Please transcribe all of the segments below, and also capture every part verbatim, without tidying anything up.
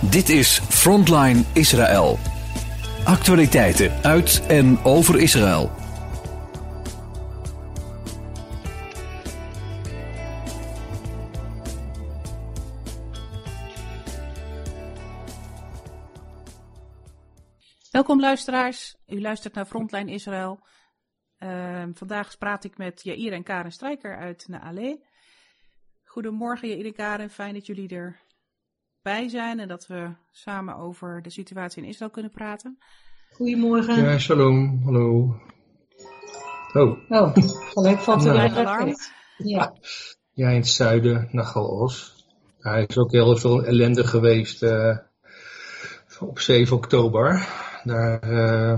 Dit is Frontline Israël. Actualiteiten uit en over Israël. Welkom luisteraars, u luistert naar Frontline Israël. Uh, vandaag praat ik met Jair en Karen Strijker uit Naale. Goedemorgen Jair en Karen, fijn dat jullie erbij zijn en dat we samen over de situatie in Israël kunnen praten. Goedemorgen. Ja, shalom, hallo. Oh. Oh, gelukkig valt er Nou. een alarm. Ja. Ja, in het zuiden, Nachal Oz. Hij is ook heel veel ellende geweest uh, op zeven oktober. Daar uh,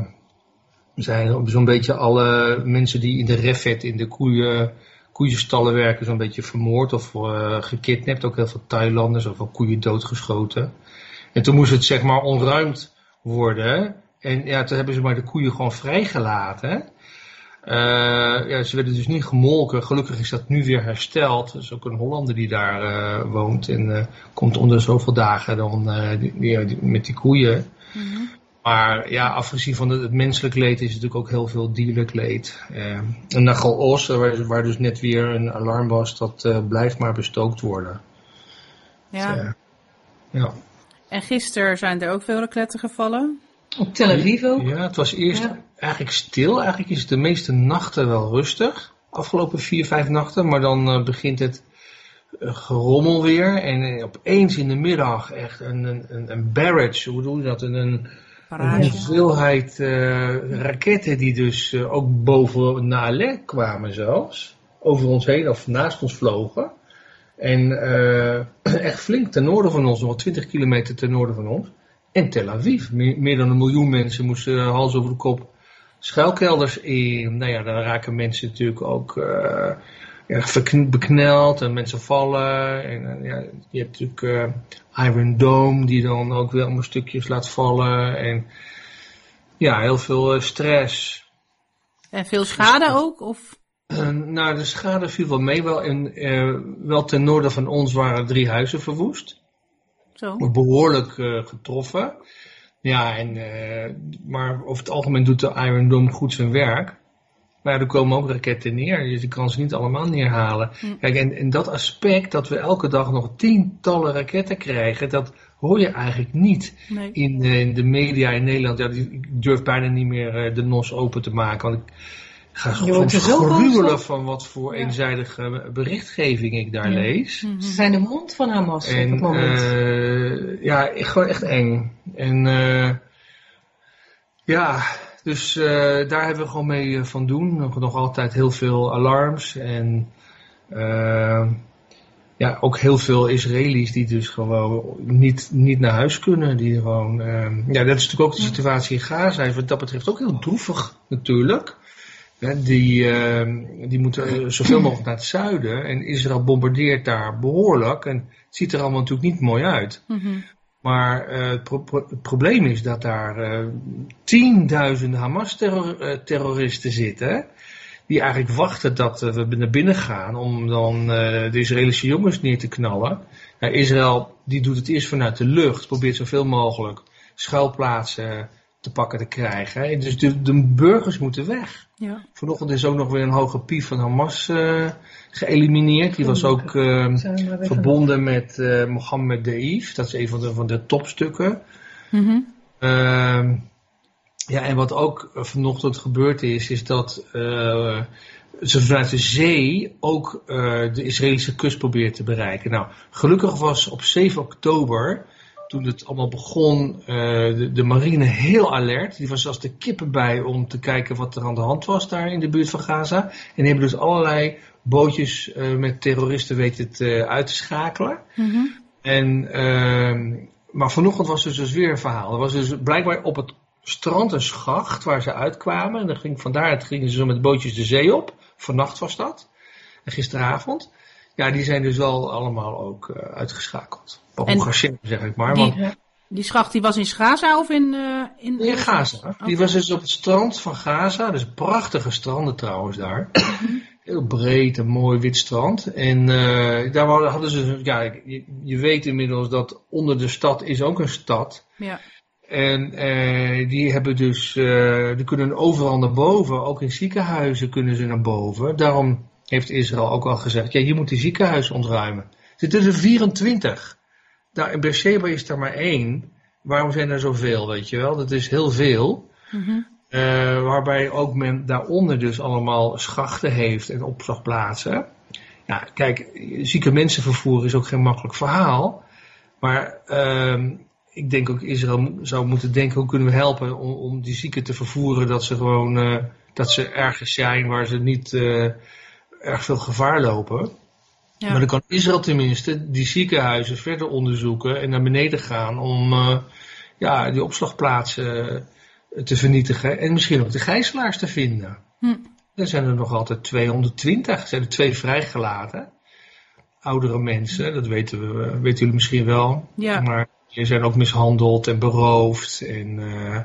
zijn zo'n beetje alle mensen die in de refet, in de koeien, koeienstallen werken, zo'n beetje vermoord of uh, gekidnapt. Ook heel veel Thailanders of wel koeien doodgeschoten. En toen moest het zeg maar onruimd worden. En ja, toen hebben ze maar de koeien gewoon vrijgelaten. Uh, ja, ze werden dus niet gemolken. Gelukkig is dat nu weer hersteld. Er is ook een Hollander die daar uh, woont. En uh, komt onder zoveel dagen dan uh, die, die, die, met die koeien. Mm-hmm. Maar ja, afgezien van het menselijk leed is natuurlijk ook heel veel dierlijk leed. Uh, en Nachal Oz, waar, waar dus net weer een alarm was, dat uh, blijft maar bestookt worden. Ja. Dus, uh, ja. En gisteren zijn er ook veel raketten gevallen. Op Tel Aviv ook. Ja, het was eerst ja. eigenlijk stil. Eigenlijk is het de meeste nachten wel rustig. Afgelopen vier, vijf nachten. Maar dan uh, begint het uh, gerommel weer. En uh, opeens in de middag echt een, een, een barrage. Hoe bedoel je dat? Een, een, een hoeveelheid uh, raketten die dus uh, ook boven Naale kwamen zelfs. Over ons heen of naast ons vlogen. En uh, echt flink ten noorden van ons. Nog twintig kilometer ten noorden van ons. En Tel Aviv, meer, meer dan een miljoen mensen moesten uh, hals over de kop schuilkelders in. Nou ja, dan raken mensen natuurlijk ook uh, ja, bekneld en mensen vallen. En uh, ja, je hebt natuurlijk uh, Iron Dome die dan ook weer allemaal stukjes laat vallen. En ja, heel veel uh, stress. En veel schade ook? Of? Uh, nou, de schade viel wel mee. Wel, in, uh, wel ten noorden van ons waren drie huizen verwoest. Zo. Behoorlijk uh, getroffen. Ja, en, uh, maar over het algemeen doet de Iron Dome goed zijn werk. Maar er komen ook raketten neer. Dus je kan ze niet allemaal neerhalen. Mm. Kijk, en, en dat aspect dat we elke dag nog tientallen raketten krijgen, dat hoor je eigenlijk niet nee. in, uh, in de media in Nederland. Ja, ik durf bijna niet meer uh, de N O S open te maken. Want ik ga gewoon gruwelen van wat voor ja. eenzijdige berichtgeving ik daar ja. lees. Mm-hmm. Ze zijn de mond van Hamas en, op het moment. Uh, ja, gewoon echt eng. En uh, ja, dus uh, daar hebben we gewoon mee uh, van doen. Nog, nog altijd heel veel alarms. En uh, ja, ook heel veel Israëli's die dus gewoon niet, niet naar huis kunnen. Die gewoon, uh, ja, dat is natuurlijk ook de situatie in Gaza. Wat dat betreft ook heel droevig natuurlijk. Ja, die, uh, die moeten zoveel mogelijk naar het zuiden. En Israël bombardeert daar behoorlijk. En het ziet er allemaal natuurlijk niet mooi uit. Mm-hmm. Maar uh, het, pro- pro- het probleem is dat daar uh, tienduizenden Hamas-terroristen zitten. Die eigenlijk wachten dat uh, we naar binnen gaan om dan uh, de Israëlische jongens neer te knallen. Nou, Israël die doet het eerst vanuit de lucht. Probeert zoveel mogelijk schuilplaatsen te pakken te krijgen. Dus de, de burgers moeten weg. Ja. Vanochtend is ook nog weer een hoge pief van Hamas uh, geëlimineerd. Die was ook uh, verbonden met uh, Mohammed Deif. Dat is een van de, van de topstukken. Mm-hmm. Uh, ja, en wat ook vanochtend gebeurd is, is dat uh, ze vanuit de zee ook uh, de Israëlische kust probeert te bereiken. Nou, gelukkig was op zeven oktober... Toen het allemaal begon, uh, de, de marine heel alert. Die was als de kippen bij om te kijken wat er aan de hand was daar in de buurt van Gaza. En die hebben dus allerlei bootjes uh, met terroristen weten te uh, uit te schakelen. Mm-hmm. En, uh, maar vanochtend was er dus weer een verhaal. Er was dus blijkbaar op het strand een schacht waar ze uitkwamen. En dan ging, vandaar gingen ze zo met bootjes de zee op. Vannacht was dat. En gisteravond. Ja, die zijn dus wel allemaal ook uh, uitgeschakeld. En Hashem, zeg ik maar. Die, want, die schacht die was in Gaza of in... Uh, in, in Gaza. Okay. Die was dus op het strand van Gaza. Dus prachtige stranden trouwens daar. Mm-hmm. Heel breed en mooi wit strand. En uh, daar hadden ze, ja, je, je weet inmiddels dat onder de stad is ook een stad. Ja. En uh, die hebben dus, uh, die kunnen overal naar boven, ook in ziekenhuizen kunnen ze naar boven. Daarom heeft Israël ook al gezegd, ja, je moet die ziekenhuizen ontruimen. Er zitten er vierentwintig. Nou, in Beersheba is er maar één. Waarom zijn er zoveel, weet je wel? Dat is heel veel. Mm-hmm. Uh, waarbij ook men daaronder dus allemaal schachten heeft en opslagplaatsen. Ja, kijk, zieke mensen vervoeren is ook geen makkelijk verhaal. Maar uh, ik denk ook Israël zou moeten denken, hoe kunnen we helpen om, om die zieken te vervoeren, dat ze gewoon, uh, dat ze ergens zijn waar ze niet uh, erg veel gevaar lopen. Ja. Maar dan kan Israël tenminste die ziekenhuizen verder onderzoeken en naar beneden gaan om uh, ja, die opslagplaatsen te vernietigen en misschien ook de gijzelaars te vinden. Hm. Er zijn er nog altijd tweehonderdtwintig, er zijn er twee vrijgelaten. Oudere mensen, dat weten we, weten jullie misschien wel. Ja. Maar die zijn ook mishandeld en beroofd. En uh,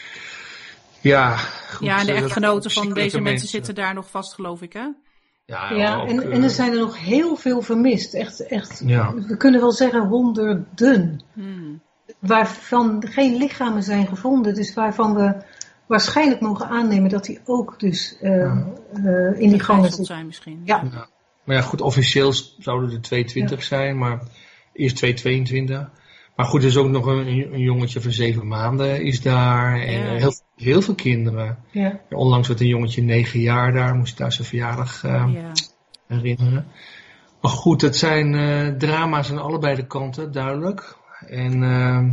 ja, goed, ja, en de echtgenoten van deze mensen, mensen zitten daar nog vast, geloof ik, hè? Ja, ja ook, en, uh, en er zijn er nog heel veel vermist. Echt, echt ja. We kunnen wel zeggen honderden. Hmm. Waarvan geen lichamen zijn gevonden. Dus waarvan we waarschijnlijk mogen aannemen dat die ook dus uh, ja. uh, in die gangen zitten. Zijn misschien. Ja. Ja. Maar ja, goed, officieel zouden er tweeëntwintig ja. zijn, maar eerst tweehonderdtweeëntwintig. Maar goed, er is ook nog een, een jongetje van zeven maanden is daar. En ja. heel, heel veel kinderen. Ja. Onlangs werd een jongetje negen jaar daar, moest daar zijn verjaardag uh, ja. herinneren. Maar goed, het zijn uh, drama's aan allebei de kanten, duidelijk. En, uh,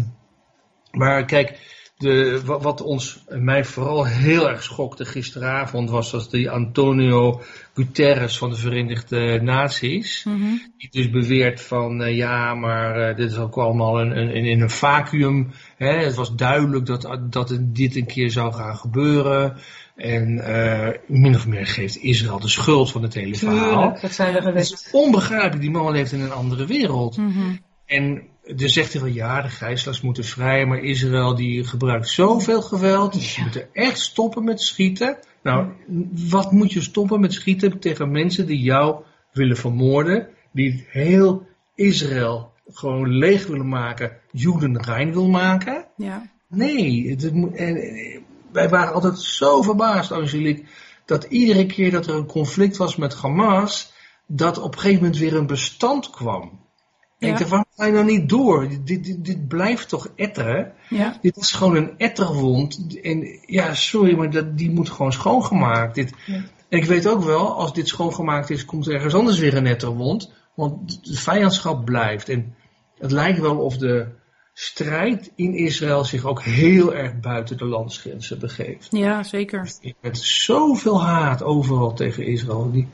maar kijk, de, wat ons, mij vooral heel erg schokte gisteravond was dat die Antonio Guterres van de Verenigde Naties, mm-hmm. die dus beweert van uh, ja, maar uh, dit is ook allemaal een, een, in een vacuüm. Hè? Het was duidelijk dat, dat dit een keer zou gaan gebeuren. En uh, min of meer geeft Israël de schuld van het hele verhaal. Tuurlijk, dat zijn we gewend. Het is onbegrijpelijk, die man leeft in een andere wereld. Mm-hmm. En dus zegt hij wel, ja, de gijzelaars moeten vrij, maar Israël die gebruikt zoveel geweld, dus je moet er echt stoppen met schieten. Nou, wat moet je stoppen met schieten tegen mensen die jou willen vermoorden, die heel Israël gewoon leeg willen maken, Joden rein wil maken? Ja. Nee, het moet, en, wij waren altijd zo verbaasd, Angelique, dat iedere keer dat er een conflict was met Hamas, dat op een gegeven moment weer een bestand kwam. Ja. Ik dacht, waarom ga je nou niet door? Dit, dit, dit blijft toch etteren? Ja. Dit is gewoon een etterwond. En ja, sorry, maar dat, die moet gewoon schoongemaakt. Dit, ja. En ik weet ook wel, als dit schoongemaakt is, komt er ergens anders weer een etterwond. Want de vijandschap blijft. En het lijkt wel of de strijd in Israël zich ook heel erg buiten de landsgrenzen begeeft. Ja, zeker. Met zoveel haat overal tegen Israël. Die,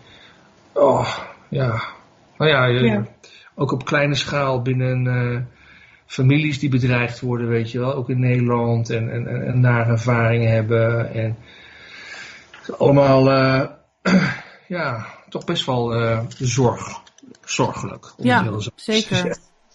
oh, ja. Nou ja... ja. Ook op kleine schaal binnen uh, families die bedreigd worden, weet je wel. Ook in Nederland en, en, en nare ervaringen hebben. En allemaal, uh, ja, toch best wel uh, zorg, zorgelijk. Ja, zeker.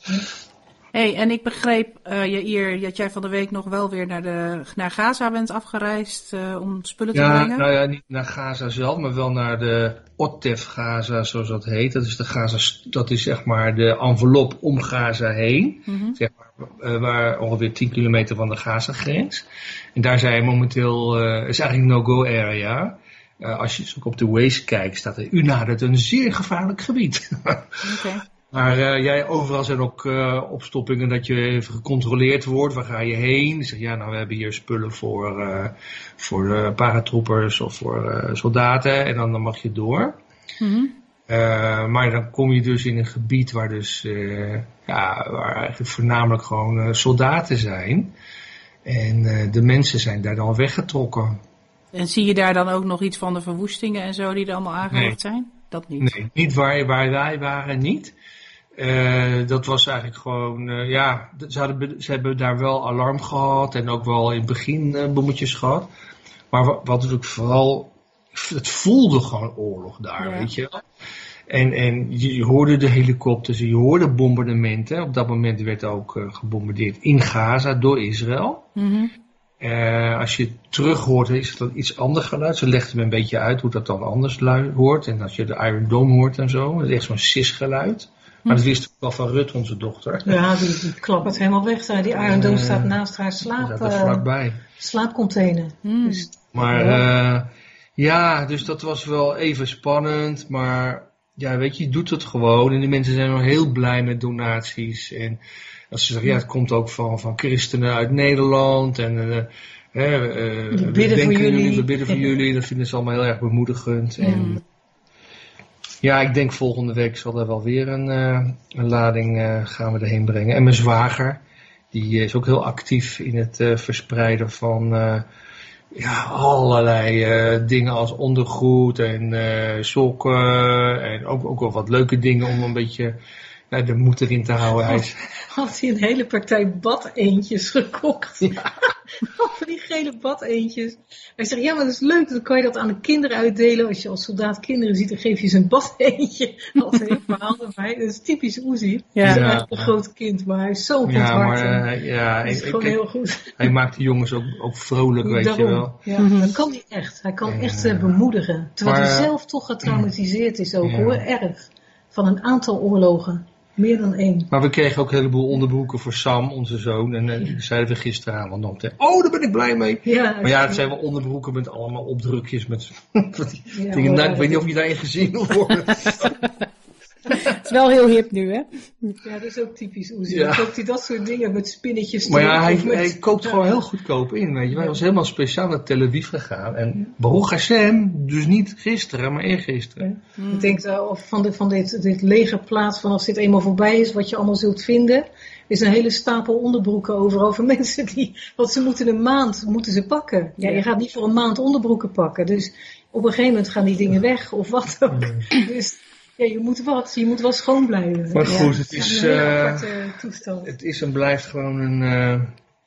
Hey, en ik begreep, uh, Jair, dat jij van de week nog wel weer naar, de, naar Gaza bent afgereisd uh, om spullen ja, te brengen. Nou ja, niet naar Gaza zelf, maar wel naar de Ottef Gaza, zoals dat heet. Dat is de Gaza, dat is zeg maar de envelop om Gaza heen, mm-hmm. zeg maar, uh, waar ongeveer tien kilometer van de Gaza-grens. En daar zijn momenteel, uh, is eigenlijk een no-go area. Uh, als je ook op de Waze kijkt, staat er, u nadert een zeer gevaarlijk gebied. Okay. Maar uh, jij, overal zijn ook uh, opstoppingen dat je even gecontroleerd wordt. Waar ga je heen? Je zegt, ja, nou, we hebben hier spullen voor, uh, voor uh, paratroopers of voor uh, soldaten. En dan, dan mag je door. Mm-hmm. Uh, maar dan kom je dus in een gebied waar dus, uh, ja, waar eigenlijk voornamelijk gewoon uh, soldaten zijn. En uh, de mensen zijn daar dan weggetrokken. En zie je daar dan ook nog iets van de verwoestingen en zo die er allemaal aangericht nee. zijn? Dat niet? Nee, niet waar, waar wij waren, niet. Uh, dat was eigenlijk gewoon, uh, ja, ze, hadden, ze hebben daar wel alarm gehad en ook wel in het begin uh, bommetjes gehad. Maar wat, wat natuurlijk vooral, het voelde gewoon oorlog daar, ja. weet je. En, en je, je hoorde de helikopters, je hoorde bombardementen. Op dat moment werd ook uh, gebombardeerd in Gaza door Israël. Mm-hmm. Uh, als je het terug hoort, is het dan iets anders geluid. Ze legde me een beetje uit hoe dat dan anders hoort. En als je de Iron Dome hoort en zo, dat is echt zo'n sis-geluid. Maar dat wist ik wel van Rut, onze dochter. Ja, die, die klapt het helemaal weg. Die Iron Dome uh, staat naast haar slaap, staat er vlakbij. Uh, slaapcontainer. Mm. Dus, maar uh, ja, dus dat was wel even spannend. Maar ja, weet je, je doet het gewoon. En die mensen zijn wel heel blij met donaties. En als ze zeggen, ja, het komt ook van, van christenen uit Nederland. En uh, uh, we bidden voor jullie. We bidden voor jullie. Dat vinden ze allemaal heel erg bemoedigend. Mm. En, ja, ik denk volgende week zal er wel weer een, uh, een lading uh, gaan we erheen brengen. En mijn zwager, die is ook heel actief in het uh, verspreiden van uh, ja, allerlei uh, dingen als ondergoed en uh, sokken. En ook, ook wel wat leuke dingen om een beetje uh, de moed erin te houden. Hij is... Had hij een hele partij badeentjes gekocht. Ja. Van die gele badeentjes. Hij zegt, ja, maar dat is leuk. Dan kan je dat aan de kinderen uitdelen. Als je als soldaat kinderen ziet, dan geef je ze een badeentje. Altijd een verhaal erbij. Dat is typisch Uzi. Ja. Hij is eigenlijk een groot kind, maar hij is zo van het hart. Maar, uh, ja, dat is ik, gewoon ik, heel goed. Hij maakt de jongens ook, ook vrolijk, weet Daarom, je wel. Ja, mm-hmm. Dat kan hij echt. Hij kan echt uh, bemoedigen. Terwijl maar, hij zelf toch getraumatiseerd is ook, ja. hoor. Erg. Van een aantal oorlogen. Meer dan één. Maar we kregen ook een heleboel onderbroeken voor Sam, onze zoon. En uh, zeiden we gisteravond nog. Oh, daar ben ik blij mee. Ja, maar ja, het zijn wel onderbroeken met allemaal opdrukjes. Met die ja, dingen. Nou, ik weet niet of je daarin gezien wil worden. Het is wel heel hip nu, hè? Ja, dat is ook typisch Uzi. Ja. Koopt hij dat soort dingen met spinnetjes. Maar ja, hij, met... hij koopt ja. gewoon heel goedkoop in, weet je. Hij was helemaal speciaal naar Tel Aviv gegaan. En Baruch Hashem, dus niet gisteren, maar eergisteren. Ja. Hmm. Ik denk uh, van, de, van dit, dit legerplaats, van als dit eenmaal voorbij is, wat je allemaal zult vinden, is een hele stapel onderbroeken overal voor mensen die, want ze moeten een maand, moeten ze pakken. Ja, ja. Je gaat niet voor een maand onderbroeken pakken. Dus op een gegeven moment gaan die dingen weg, of wat ook. Ja. Dus... Ja, je moet wat, je moet wel schoon blijven. Maar goed, ja, het is, een uh, aparte toestand. Het is en blijft gewoon een, uh,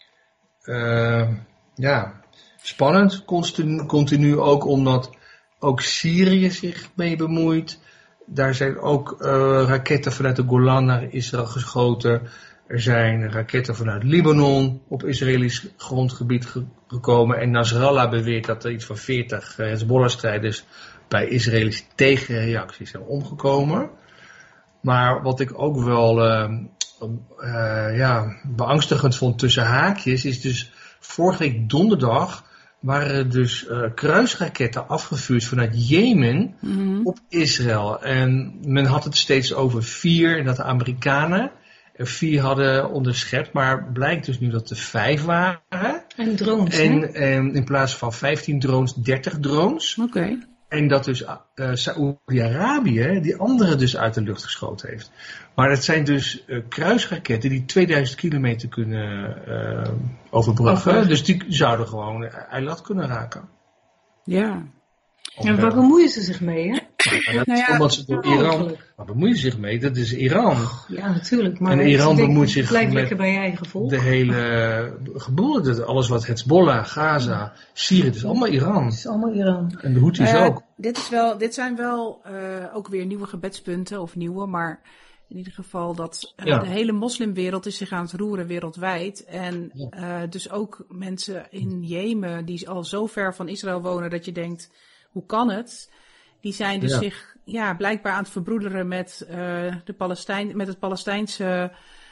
uh, ja, spannend, continu, continu ook omdat ook Syrië zich mee bemoeit. Daar zijn ook uh, raketten vanuit de Golan naar Israël geschoten. Er zijn raketten vanuit Libanon op Israëlisch grondgebied ge- gekomen. En Nasrallah beweert dat er iets van veertig uh, Hezbollah-strijders bij Israëlische tegenreacties zijn omgekomen. Maar wat ik ook wel uh, uh, ja, beangstigend vond tussen haakjes, is dus vorige week donderdag waren er dus uh, kruisraketten afgevuurd vanuit Jemen mm-hmm. op Israël. En men had het steeds over vier en dat de Amerikanen er vier hadden onderschept, maar blijkt dus nu dat er vijf waren. En drones, En, en in plaats van vijftien drones, dertig drones. Oké. Okay. En dat dus uh, Saoedi-Arabië die andere dus uit de lucht geschoten heeft. Maar het zijn dus uh, kruisraketten die tweeduizend kilometer kunnen uh, overbruggen. Okay. Dus die zouden gewoon eiland kunnen raken. Ja. En ja, waar bemoeien ze zich mee, hè? Ja, dat is ja, omdat ze door Iran... Waar bemoeien ze zich mee? Dat is Iran. Ja, natuurlijk. Maar en Iran bemoeit zich blijf lekker bij je eigen volk. De hele geboel, alles wat Hezbollah, Gaza, Syrië, het is allemaal Iran. Het is allemaal Iran. En de Houthis uh, ook. Dit, is wel, dit zijn wel uh, ook weer nieuwe gebedspunten, of nieuwe, maar in ieder geval dat uh, ja. de hele moslimwereld is zich aan het roeren wereldwijd. En uh, dus ook mensen in Jemen die al zo ver van Israël wonen dat je denkt, hoe kan het? Die zijn dus ja. zich ja, blijkbaar aan het verbroederen met, uh, de Palestijn, met het Palestijnse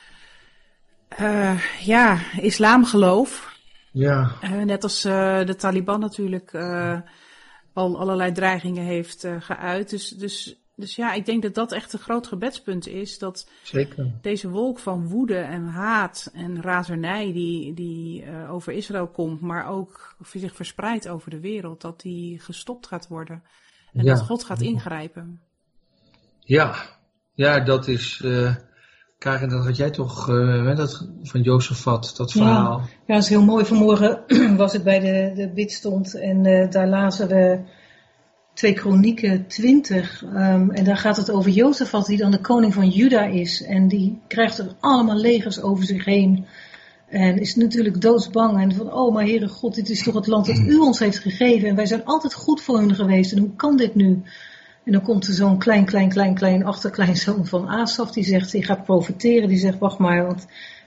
uh, ja, islamgeloof. Ja. Uh, net als uh, de Taliban natuurlijk uh, al allerlei dreigingen heeft uh, geuit. Dus, dus, dus ja, ik denk dat dat echt een groot gebedspunt is. Dat Zeker. Deze wolk van woede en haat en razernij die, die uh, over Israël komt, maar ook zich verspreidt over de wereld, dat die gestopt gaat worden. En ja. dat God gaat ingrijpen. Ja, ja, dat is... Uh, Karin, dat had jij toch uh, dat, van Jozefat, dat verhaal. Ja, ja, dat is heel mooi. Vanmorgen was ik bij de, de bidstond en uh, daar lazen we twee Kronieken twintig. Um, en daar gaat het over Jozefat, die dan de koning van Juda is. En die krijgt er allemaal legers over zich heen. En is natuurlijk doodsbang. En van, oh maar Heere God, dit is toch het land dat u ons heeft gegeven. En wij zijn altijd goed voor hun geweest. En hoe kan dit nu? En dan komt er zo'n klein, klein, klein, klein achterkleinzoon van Asaf. Die zegt, die gaat profiteren. Die zegt, wacht maar, want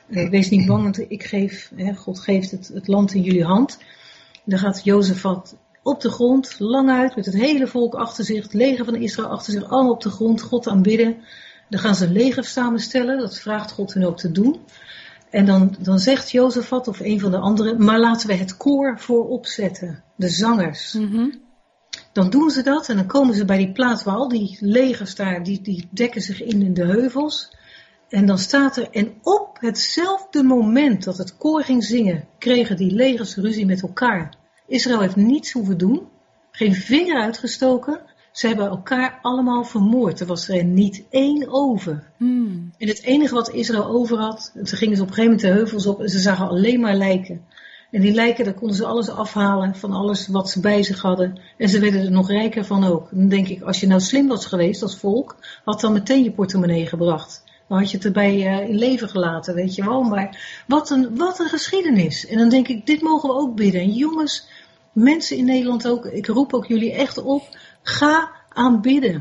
Uh, wees niet bang, want ik geef, hè, God geeft het, het land in jullie hand. Dan gaat Jozefat op de grond, lang uit, met het hele volk achter zich, het leger van Israël achter zich, allemaal op de grond, God aanbidden. Dan gaan ze een leger samenstellen, dat vraagt God hun ook te doen. En dan, dan zegt Jozefat of een van de anderen, maar laten we het koor voorop zetten, de zangers. Mm-hmm. Dan doen ze dat en dan komen ze bij die plaats waar al die legers daar, die, die dekken zich in in de heuvels. En dan staat er, en op hetzelfde moment dat het koor ging zingen, kregen die legers ruzie met elkaar. Israël heeft niets hoeven doen, geen vinger uitgestoken. Ze hebben elkaar allemaal vermoord. Er was er niet één over. Hmm. En het enige wat Israël over had, en ze gingen ze op een gegeven moment de heuvels op en ze zagen alleen maar lijken. En die lijken, daar konden ze alles afhalen van alles wat ze bij zich hadden. En ze werden er nog rijker van ook. Dan denk ik, als je nou slim was geweest als volk, had dan meteen je portemonnee gebracht. Dan had je het erbij uh, in leven gelaten, weet je wel. Maar wat een, wat een geschiedenis. En dan denk ik, dit mogen we ook bidden. En jongens, mensen in Nederland ook, ik roep ook jullie echt op, ga aanbidden.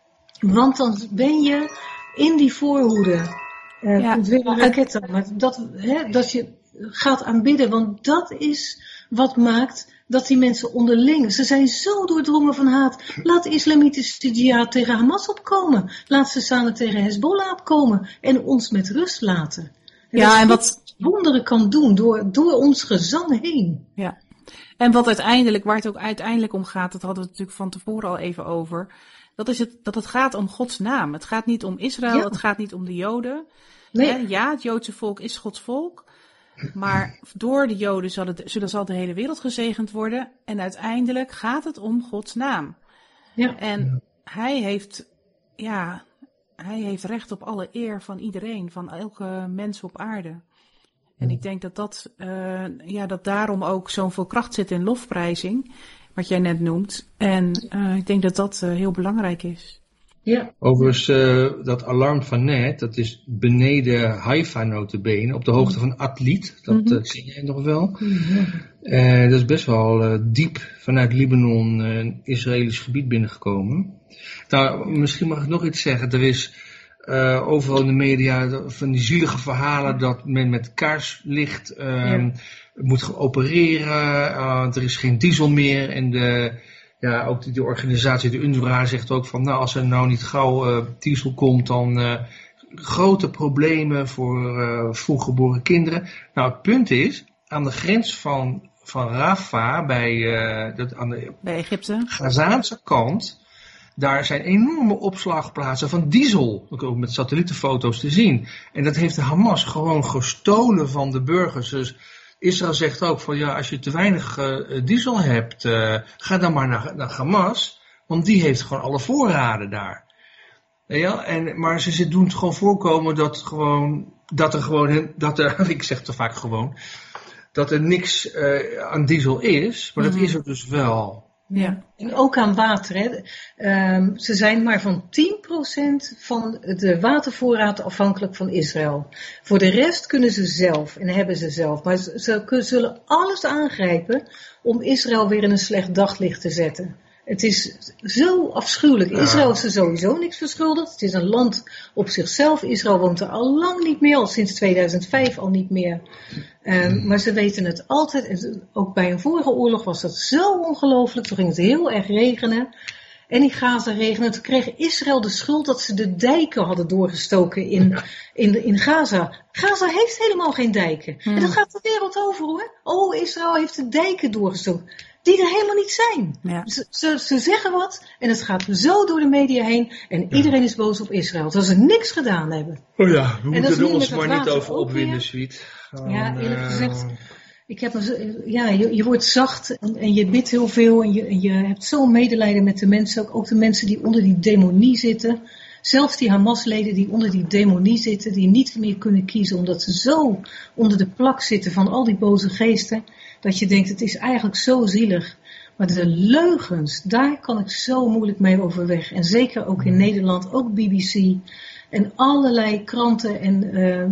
Want dan ben je in die voorhoede. Uh, Ja. Het weer een raketten. Maar dat, hè, dat je gaat aanbidden. Want dat is wat maakt dat die mensen onderling. Ze zijn zo doordrongen van haat. Laat de islamitische jihad tegen Hamas opkomen. Laat ze samen tegen Hezbollah opkomen. En ons met rust laten. En Ja, dat en God wat- wonderen kan doen door, door ons gezang heen. Ja. En wat uiteindelijk, waar het ook uiteindelijk om gaat, dat hadden we het natuurlijk van tevoren al even over. Dat is het, dat het gaat om Gods naam. Het gaat niet om Israël, Ja. het gaat niet om de Joden. Nee. Hè, ja, het Joodse volk is Gods volk. Maar door de Joden zal, het, zullen, zal de hele wereld gezegend worden. En uiteindelijk gaat het om Gods naam. Ja. En hij heeft, ja, hij heeft recht op alle eer van iedereen, van elke mens op aarde. En ik denk dat, dat, uh, ja, dat daarom ook zo'n veel kracht zit in lofprijzing, wat jij net noemt. En uh, ik denk dat dat uh, heel belangrijk is. Ja. Overigens, uh, dat alarm van net, dat is beneden Haifa notabene, op de hoogte van Atliet. Dat Mm-hmm. uh, ken jij nog wel. Uh, dat is best wel uh, diep vanuit Libanon uh, een Israëlisch gebied binnengekomen. Nou, misschien mag ik nog iets zeggen. Er is uh, overal in de media van die zielige verhalen dat men met kaarslicht uh, Ja. moet gaan opereren. Uh, er is geen diesel meer en de... Ja, ook die, die organisatie, de UNRWA, zegt ook van, nou, als er nou niet gauw uh, diesel komt, dan uh, grote problemen voor uh, vroeggeboren kinderen. Nou, het punt is, aan de grens van, van Rafah, bij, uh, dat, aan de Bij Egypte. Gazaanse kant, daar zijn enorme opslagplaatsen van diesel, ook met satellietenfoto's te zien. En dat heeft de Hamas gewoon gestolen van de burgers. Dus Israël zegt ook van, ja, als je te weinig uh, diesel hebt, uh, ga dan maar naar, naar Hamas, want die heeft gewoon alle voorraden daar. Ja, en, maar ze, ze doen het gewoon voorkomen dat, gewoon, dat er gewoon, dat er, ik zeg te vaak gewoon, dat er niks uh, aan diesel is, maar Mm-hmm. dat is er dus wel. Ja. En ook aan water. Hè. Um, ze zijn maar van tien procent van de watervoorraad afhankelijk van Israël. Voor de rest kunnen ze zelf en hebben ze zelf. Maar ze, ze zullen alles aangrijpen om Israël weer in een slecht daglicht te zetten. Het is zo afschuwelijk. Israël is er sowieso niks verschuldigd. Het is een land op zichzelf. Israël woont er al lang niet meer, al sinds tweeduizend vijf al niet meer. Um, maar ze weten het altijd. En ook bij een vorige oorlog was dat zo ongelooflijk. Toen ging het heel erg regenen. En in Gaza regenen. Toen kreeg Israël de schuld dat ze de dijken hadden doorgestoken in, in, in Gaza. Gaza heeft helemaal geen dijken. Hmm. En dat gaat de wereld over hoor. Oh, Israël heeft de dijken doorgestoken. Die er helemaal niet zijn. Ja. Ze, ze, ze zeggen wat en het gaat zo door de media heen. En iedereen is boos op Israël. Terwijl ze niks gedaan hebben. Oh ja, we En dat is moeten er nu ons met maar dat niet water over ook opwinden, weer. Sweet. Ja, eerlijk gezegd, ik heb, ja, je, je wordt zacht en, en je bidt heel veel en je, en je hebt zo'n medelijden met de mensen, ook, ook de mensen die onder die demonie zitten. Zelfs die Hamas-leden die onder die demonie zitten, die niet meer kunnen kiezen omdat ze zo onder de plak zitten van al die boze geesten, dat je denkt het is eigenlijk zo zielig. Maar de leugens, daar kan ik zo moeilijk mee overweg. En zeker ook in Nederland, ook B B C en allerlei kranten en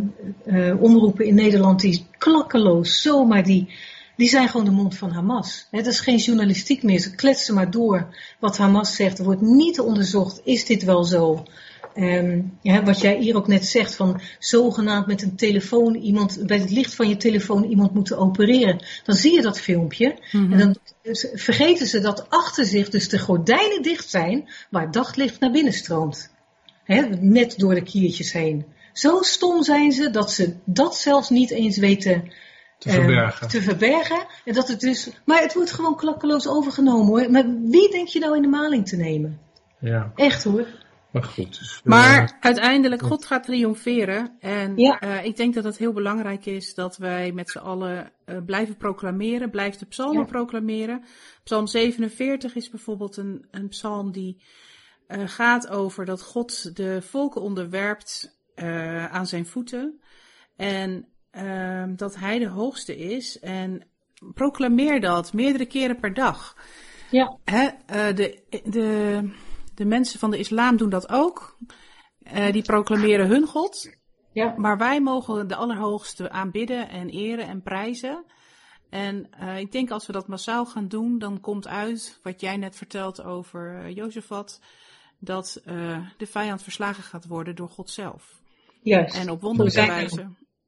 uh, uh, omroepen in Nederland die klakkeloos zomaar die, die zijn gewoon de mond van Hamas. Het is geen journalistiek meer, ze kletsen maar door wat Hamas zegt. Er wordt niet onderzocht, is dit wel zo? Um, ja, wat jij hier ook net zegt, van zogenaamd met een telefoon iemand, bij het licht van je telefoon iemand moeten opereren. Dan zie je dat filmpje. Mm-hmm. En dan vergeten ze dat achter zich dus de gordijnen dicht zijn, waar daglicht naar binnen stroomt. He, net door de kiertjes heen. Zo stom zijn ze dat ze dat zelfs niet eens weten te verbergen. Uh, te verbergen. En dat het dus, maar het wordt gewoon klakkeloos overgenomen hoor. Maar wie denk je nou in de maling te nemen? Ja. Echt hoor. Maar goed. Dus, maar uh, uiteindelijk, God gaat triomferen. En ja. uh, ik denk dat het heel belangrijk is dat wij met z'n allen uh, blijven proclameren. Blijf de psalmen ja. proclameren. Psalm zevenenveertig is bijvoorbeeld een, een psalm die uh, gaat over dat God de volken onderwerpt uh, aan zijn voeten. En uh, dat hij de hoogste is. En proclameer dat meerdere keren per dag. Ja. Hè, uh, de... de De mensen van de islam doen dat ook. Uh, die proclameren hun God. Ja. Maar wij mogen de Allerhoogste aanbidden en eren en prijzen. En uh, ik denk als we dat massaal gaan doen, dan komt uit wat jij net vertelt over uh, Jozefat. Dat uh, de vijand verslagen gaat worden door God zelf. Juist. En op wonderlijke wijze.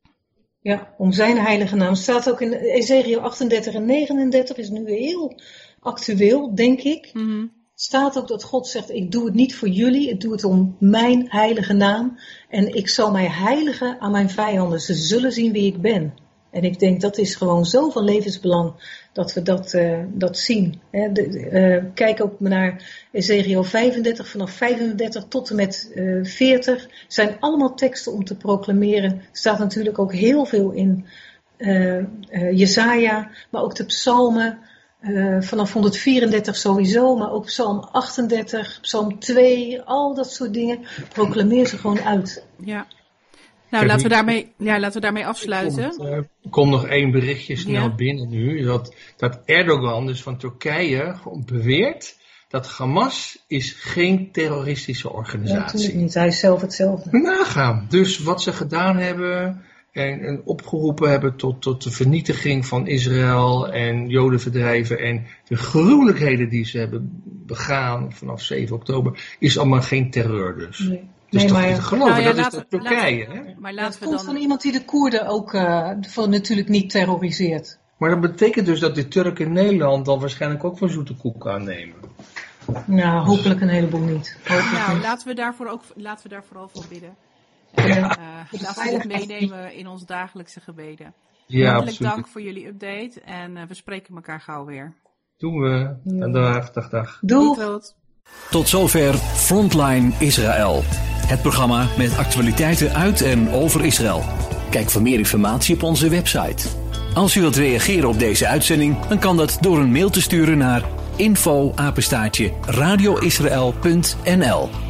Ja, om zijn heilige naam. Staat ook in Ezekiel achtendertig en negenendertig. Is nu heel actueel, denk ik. Mm-hmm. Staat ook dat God zegt, ik doe het niet voor jullie, ik doe het om mijn heilige naam. En ik zal mij heiligen aan mijn vijanden. Ze zullen zien wie ik ben. En ik denk dat is gewoon zo van levensbelang dat we dat, uh, dat zien. He, de, uh, kijk ook naar Ezekiel vijfendertig, vanaf vijfendertig tot en met uh, veertig. Zijn allemaal teksten om te proclameren. Er staat natuurlijk ook heel veel in uh, uh, Jesaja, maar ook de psalmen. Uh, vanaf honderdvierendertig sowieso, maar ook psalm achtendertig, psalm twee, al dat soort dingen. Proclameer ze gewoon uit. Ja. Nou, laten we, daarmee, ja, laten we daarmee afsluiten. Er komt, uh, komt nog één berichtje snel ja. binnen nu. Dat, dat Erdogan, dus van Turkije, beweert dat Hamas is geen terroristische organisatie. Ja, natuurlijk niet. Hij is zelf hetzelfde. Nagaan. Dus wat ze gedaan hebben en, en opgeroepen hebben tot, tot de vernietiging van Israël en Jodenverdrijven en de gruwelijkheden die ze hebben begaan vanaf zeven oktober, is allemaal geen terreur dus. Nee. Dus nee, toch maar niet te geloven, nou ja, dat laten, is de Turkije. Laten, hè? maar dat laten we komt dan... van iemand die de Koerden ook uh, voor natuurlijk niet terroriseert. Maar dat betekent dus dat de Turken in Nederland dan waarschijnlijk ook van zoete koek aannemen. Nou, hopelijk een heleboel niet. Hopelijk nou, niet. laten we daarvoor ook laten we daar vooral voor bidden. En, Ja. uh, laten we dit meenemen in onze dagelijkse gebeden. Ja, Hartelijk absoluut. dank voor jullie update en uh, we spreken elkaar gauw weer. Doen we. Ja. Dag, dag, dag. Doeg! Tot. Tot zover Frontline Israël. Het programma met actualiteiten uit en over Israël. Kijk voor meer informatie op onze website. Als u wilt reageren op deze uitzending, dan kan dat door een mail te sturen naar info apenstaartje radioisrael punt n l.